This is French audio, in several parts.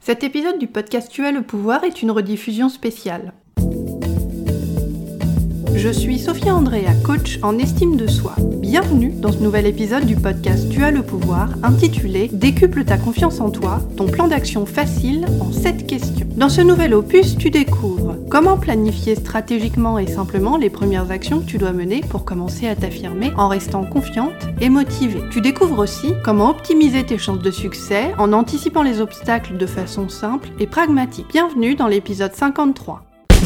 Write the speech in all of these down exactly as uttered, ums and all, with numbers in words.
Cet épisode du podcast Tu as le pouvoir est une rediffusion spéciale. Je suis Sophia Andrea, coach en estime de soi. Bienvenue dans ce nouvel épisode du podcast Tu as le pouvoir, intitulé « Décuple ta confiance en toi, ton plan d'action facile en sept questions ». Dans ce nouvel opus, tu découvres comment planifier stratégiquement et simplement les premières actions que tu dois mener pour commencer à t'affirmer en restant confiante et motivée. Tu découvres aussi comment optimiser tes chances de succès en anticipant les obstacles de façon simple et pragmatique. Bienvenue dans l'épisode cinquante-trois.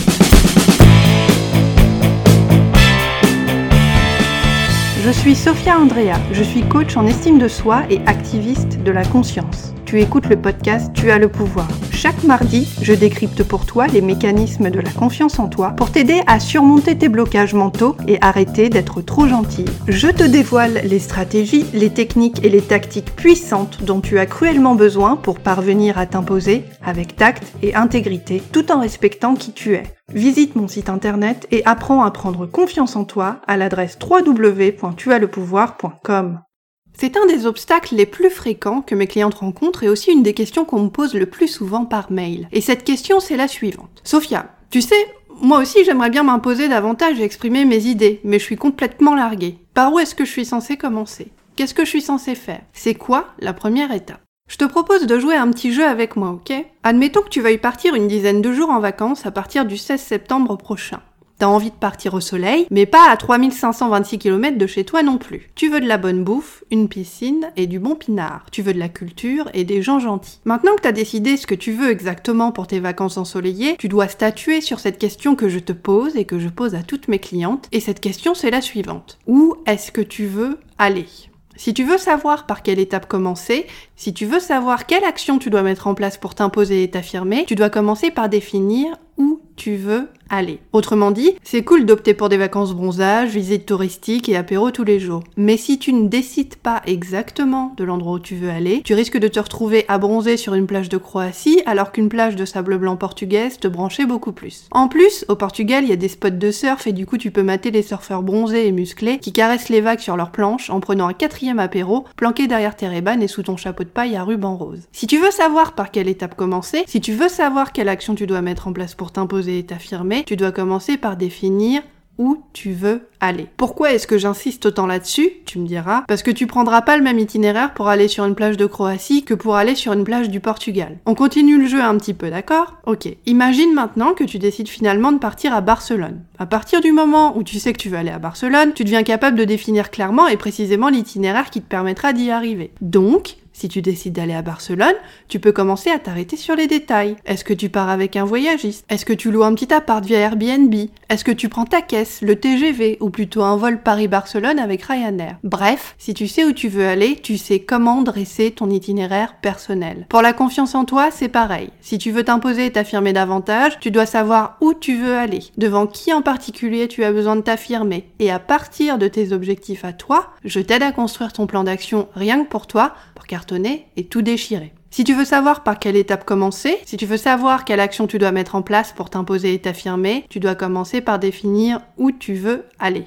Je suis Sophia Andrea, je suis coach en estime de soi et activiste de la conscience. Tu écoutes le podcast Tu as le pouvoir. Chaque mardi, je décrypte pour toi les mécanismes de la confiance en toi pour t'aider à surmonter tes blocages mentaux et arrêter d'être trop gentille. Je te dévoile les stratégies, les techniques et les tactiques puissantes dont tu as cruellement besoin pour parvenir à t'imposer avec tact et intégrité tout en respectant qui tu es. Visite mon site internet et apprends à prendre confiance en toi à l'adresse w w w point tu as le pouvoir point com. C'est un des obstacles les plus fréquents que mes clientes rencontrent et aussi une des questions qu'on me pose le plus souvent par mail. Et cette question, c'est la suivante. Sophia, tu sais, moi aussi j'aimerais bien m'imposer davantage et exprimer mes idées, mais je suis complètement larguée. Par où est-ce que je suis censée commencer ? Qu'est-ce que je suis censée faire ? C'est quoi la première étape ? Je te propose de jouer à un petit jeu avec moi, ok ? Admettons que tu veuilles partir une dizaine de jours en vacances à partir du seize septembre prochain. T'as envie de partir au soleil, mais pas à trois mille cinq cent vingt-six kilomètres de chez toi non plus. Tu veux de la bonne bouffe, une piscine et du bon pinard. Tu veux de la culture et des gens gentils. Maintenant que t'as décidé ce que tu veux exactement pour tes vacances ensoleillées, tu dois statuer sur cette question que je te pose et que je pose à toutes mes clientes. Et cette question, c'est la suivante. Où est-ce que tu veux aller ? Si tu veux savoir par quelle étape commencer, si tu veux savoir quelle action tu dois mettre en place pour t'imposer et t'affirmer, tu dois commencer par définir où tu veux aller. Autrement dit, c'est cool d'opter pour des vacances bronzage, visites touristiques et apéro tous les jours. Mais si tu ne décides pas exactement de l'endroit où tu veux aller, tu risques de te retrouver à bronzer sur une plage de Croatie alors qu'une plage de sable blanc portugaise te branchait beaucoup plus. En plus, au Portugal, il y a des spots de surf et du coup tu peux mater les surfeurs bronzés et musclés qui caressent les vagues sur leurs planches en prenant un quatrième apéro planqué derrière tes rébans et sous ton chapeau de paille à ruban rose. Si tu veux savoir par quelle étape commencer, si tu veux savoir quelle action tu dois mettre en place pour t'imposer et t'affirmer, tu dois commencer par définir où tu veux aller. Pourquoi est-ce que j'insiste autant là-dessus ? Tu me diras. Parce que tu prendras pas le même itinéraire pour aller sur une plage de Croatie que pour aller sur une plage du Portugal. On continue le jeu un petit peu, d'accord ? Ok. Imagine maintenant que tu décides finalement de partir à Barcelone. À partir du moment où tu sais que tu veux aller à Barcelone, tu deviens capable de définir clairement et précisément l'itinéraire qui te permettra d'y arriver. Donc, si tu décides d'aller à Barcelone, tu peux commencer à t'arrêter sur les détails. Est-ce que tu pars avec un voyagiste ? Est-ce que tu loues un petit appart via Airbnb ? Est-ce que tu prends ta caisse, le T G V, ou plutôt un vol Paris-Barcelone avec Ryanair ? Bref, si tu sais où tu veux aller, tu sais comment dresser ton itinéraire personnel. Pour la confiance en toi, c'est pareil. Si tu veux t'imposer et t'affirmer davantage, tu dois savoir où tu veux aller, devant qui en particulier tu as besoin de t'affirmer. Et à partir de tes objectifs à toi, je t'aide à construire ton plan d'action rien que pour toi, pour cartonner et tout déchirer. Si tu veux savoir par quelle étape commencer, si tu veux savoir quelle action tu dois mettre en place pour t'imposer et t'affirmer, tu dois commencer par définir où tu veux aller.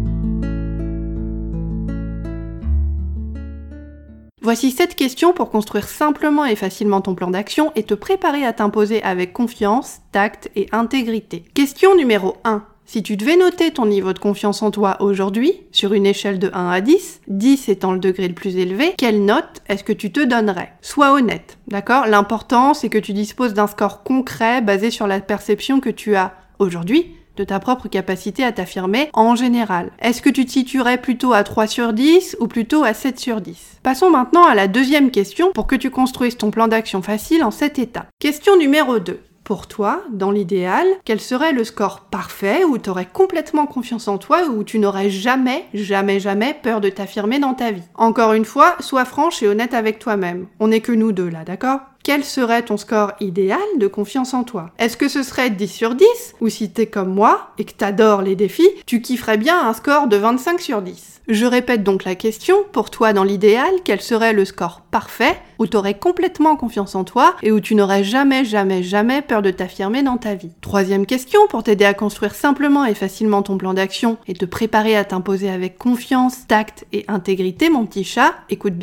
Voici sept questions pour construire simplement et facilement ton plan d'action et te préparer à t'imposer avec confiance, tact et intégrité. Question numéro un. Si tu devais noter ton niveau de confiance en toi aujourd'hui, sur une échelle de un à dix, dix étant le degré le plus élevé, quelle note est-ce que tu te donnerais ? Sois honnête, d'accord ? L'important, c'est que tu disposes d'un score concret basé sur la perception que tu as aujourd'hui de ta propre capacité à t'affirmer en général. Est-ce que tu te situerais plutôt à trois sur dix ou plutôt à sept sur dix ? Passons maintenant à la deuxième question pour que tu construises ton plan d'action facile en sept étapes. Question numéro deux. Pour toi, dans l'idéal, quel serait le score parfait où tu aurais complètement confiance en toi, où tu n'aurais jamais, jamais, jamais peur de t'affirmer dans ta vie ? Encore une fois, sois franche et honnête avec toi-même. On n'est que nous deux là, d'accord ? Quel serait ton score idéal de confiance en toi ? Est-ce que ce serait dix sur dix ? Ou si t'es comme moi et que t'adores les défis, tu kifferais bien un score de vingt-cinq sur dix ? Je répète donc la question, pour toi dans l'idéal, quel serait le score parfait où t'aurais complètement confiance en toi et où tu n'aurais jamais, jamais, jamais peur de t'affirmer dans ta vie ? Troisième question, pour t'aider à construire simplement et facilement ton plan d'action et te préparer à t'imposer avec confiance, tact et intégrité, mon petit chat, écoute bien,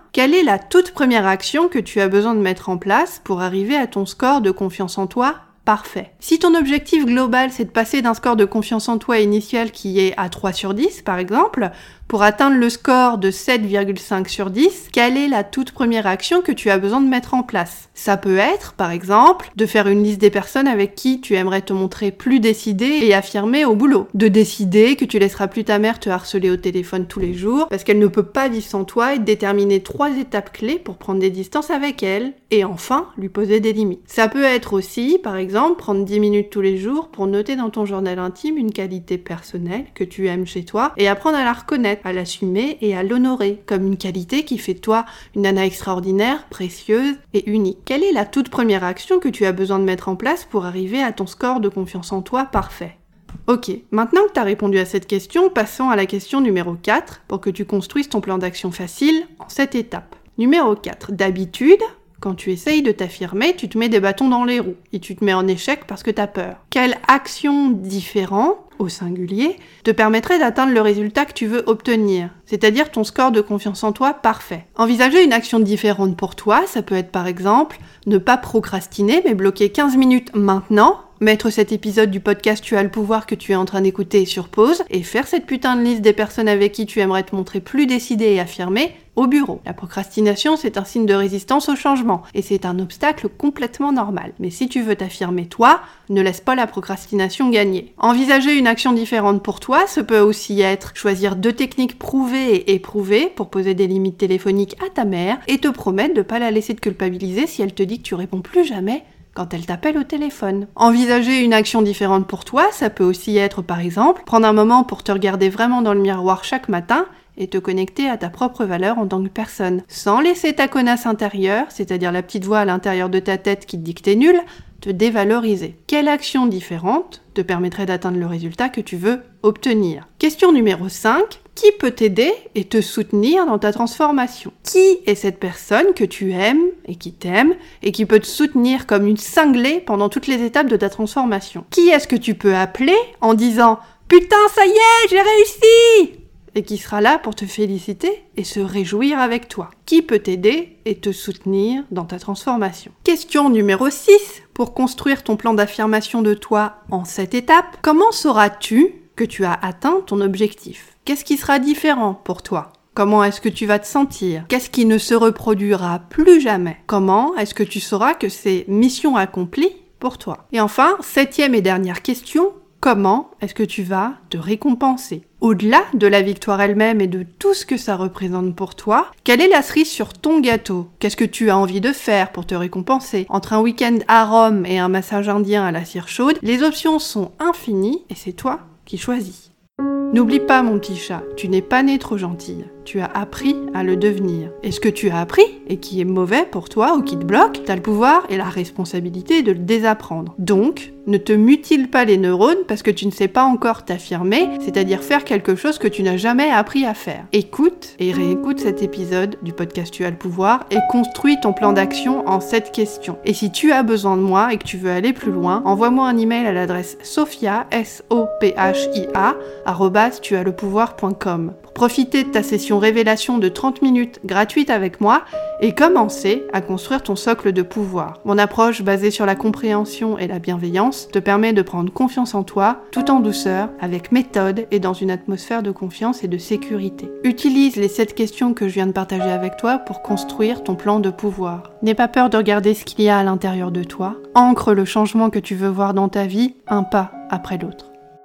Quelle est la toute première action que tu as besoin de mettre en place pour arriver à ton score de confiance en toi parfait? Si ton objectif global, c'est de passer d'un score de confiance en toi initial qui est à trois sur dix, par exemple, pour atteindre le score de sept virgule cinq sur dix, quelle est la toute première action que tu as besoin de mettre en place? Ça peut être, par exemple, de faire une liste des personnes avec qui tu aimerais te montrer plus décidé et affirmé au boulot. De décider que tu laisseras plus ta mère te harceler au téléphone tous les jours parce qu'elle ne peut pas vivre sans toi et de déterminer trois étapes clés pour prendre des distances avec elle et enfin lui poser des limites. Ça peut être aussi, par exemple, prendre dix minutes tous les jours pour noter dans ton journal intime une qualité personnelle que tu aimes chez toi et apprendre à la reconnaître, à l'assumer et à l'honorer comme une qualité qui fait de toi une nana extraordinaire, précieuse et unique. Quelle est la toute première action que tu as besoin de mettre en place pour arriver à ton score de confiance en toi parfait? Ok, maintenant que tu as répondu à cette question, passons à la question numéro quatre pour que tu construises ton plan d'action facile en sept étapes. Numéro quatre. D'habitude, quand tu essayes de t'affirmer, tu te mets des bâtons dans les roues et tu te mets en échec parce que t'as peur. Quelle action différente, au singulier, te permettrait d'atteindre le résultat que tu veux obtenir, c'est-à-dire ton score de confiance en toi parfait? Envisager une action différente pour toi, ça peut être par exemple ne pas procrastiner mais bloquer quinze minutes maintenant, mettre cet épisode du podcast Tu as le pouvoir que tu es en train d'écouter sur pause et faire cette putain de liste des personnes avec qui tu aimerais te montrer plus décidé et affirmé au bureau. La procrastination, c'est un signe de résistance au changement et c'est un obstacle complètement normal. Mais si tu veux t'affirmer toi, ne laisse pas la procrastination gagner. Envisager une action différente pour toi, ça peut aussi être choisir deux techniques prouvées et éprouvées pour poser des limites téléphoniques à ta mère et te promettre de pas la laisser te culpabiliser si elle te dit que tu réponds plus jamais quand elle t'appelle au téléphone. Envisager une action différente pour toi, ça peut aussi être par exemple prendre un moment pour te regarder vraiment dans le miroir chaque matin et te connecter à ta propre valeur en tant que personne, sans laisser ta connasse intérieure, c'est-à-dire la petite voix à l'intérieur de ta tête qui te dit que t'es nul, te dévaloriser. Quelle action différente te permettrait d'atteindre le résultat que tu veux obtenir? Question numéro cinq. Qui peut t'aider et te soutenir dans ta transformation? Qui est cette personne que tu aimes et qui t'aime et qui peut te soutenir comme une cinglée pendant toutes les étapes de ta transformation? Qui est-ce que tu peux appeler en disant « Putain, ça y est, j'ai réussi !» et qui sera là pour te féliciter et se réjouir avec toi? Qui peut t'aider et te soutenir dans ta transformation? Question numéro six. Pour construire ton plan d'affirmation de toi en sept étapes, comment sauras-tu que tu as atteint ton objectif? Qu'est-ce qui sera différent pour toi? Comment est-ce que tu vas te sentir? Qu'est-ce qui ne se reproduira plus jamais? Comment est-ce que tu sauras que c'est mission accomplie pour toi? Et enfin, septième et dernière question, comment est-ce que tu vas te récompenser? Au-delà de la victoire elle-même et de tout ce que ça représente pour toi, quelle est la cerise sur ton gâteau? Qu'est-ce que tu as envie de faire pour te récompenser? Entre un week-end à Rome et un massage indien à la cire chaude, les options sont infinies et c'est toi qui choisis. N'oublie pas, mon petit chat, tu n'es pas né trop gentille. Tu as appris à le devenir. Et ce que tu as appris, et qui est mauvais pour toi ou qui te bloque, t'as le pouvoir et la responsabilité de le désapprendre. Donc, ne te mutile pas les neurones parce que tu ne sais pas encore t'affirmer, c'est-à-dire faire quelque chose que tu n'as jamais appris à faire. Écoute et réécoute cet épisode du podcast Tu as le pouvoir et construis ton plan d'action en sept questions. Et si tu as besoin de moi et que tu veux aller plus loin, envoie-moi un email à l'adresse sophia, S O P H I A, arobase tu as le pouvoir point com. Pour profiter de ta session révélation de trente minutes gratuite avec moi et commencer à construire ton socle de pouvoir. Mon approche basée sur la compréhension et la bienveillance te permet de prendre confiance en toi tout en douceur, avec méthode et dans une atmosphère de confiance et de sécurité. Utilise les sept questions que je viens de partager avec toi pour construire ton plan de pouvoir. N'aie pas peur de regarder ce qu'il y a à l'intérieur de toi. Ancre le changement que tu veux voir dans ta vie, un pas après l'autre.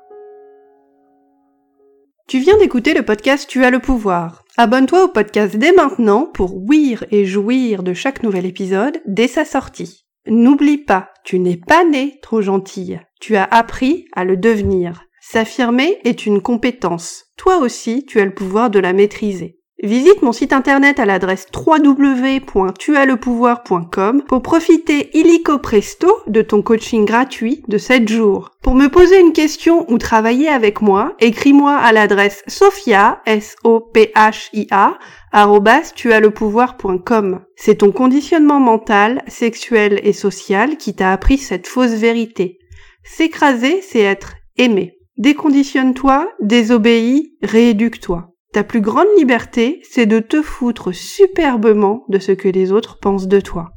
Tu viens d'écouter le podcast Tu as le pouvoir. Abonne-toi au podcast dès maintenant pour ouïr et jouir de chaque nouvel épisode dès sa sortie. N'oublie pas, tu n'es pas née trop gentille. Tu as appris à le devenir. S'affirmer est une compétence. Toi aussi, tu as le pouvoir de la maîtriser. Visite mon site internet à l'adresse w w w point tu as le pouvoir point com pour profiter illico presto de ton coaching gratuit de sept jours. Pour me poser une question ou travailler avec moi, écris-moi à l'adresse sophia, S O P H I A, arobase tu as le pouvoir point com. C'est ton conditionnement mental, sexuel et social qui t'a appris cette fausse vérité. S'écraser, c'est être aimé. Déconditionne-toi, désobéis, rééduque-toi. Ta plus grande liberté, c'est de te foutre superbement de ce que les autres pensent de toi.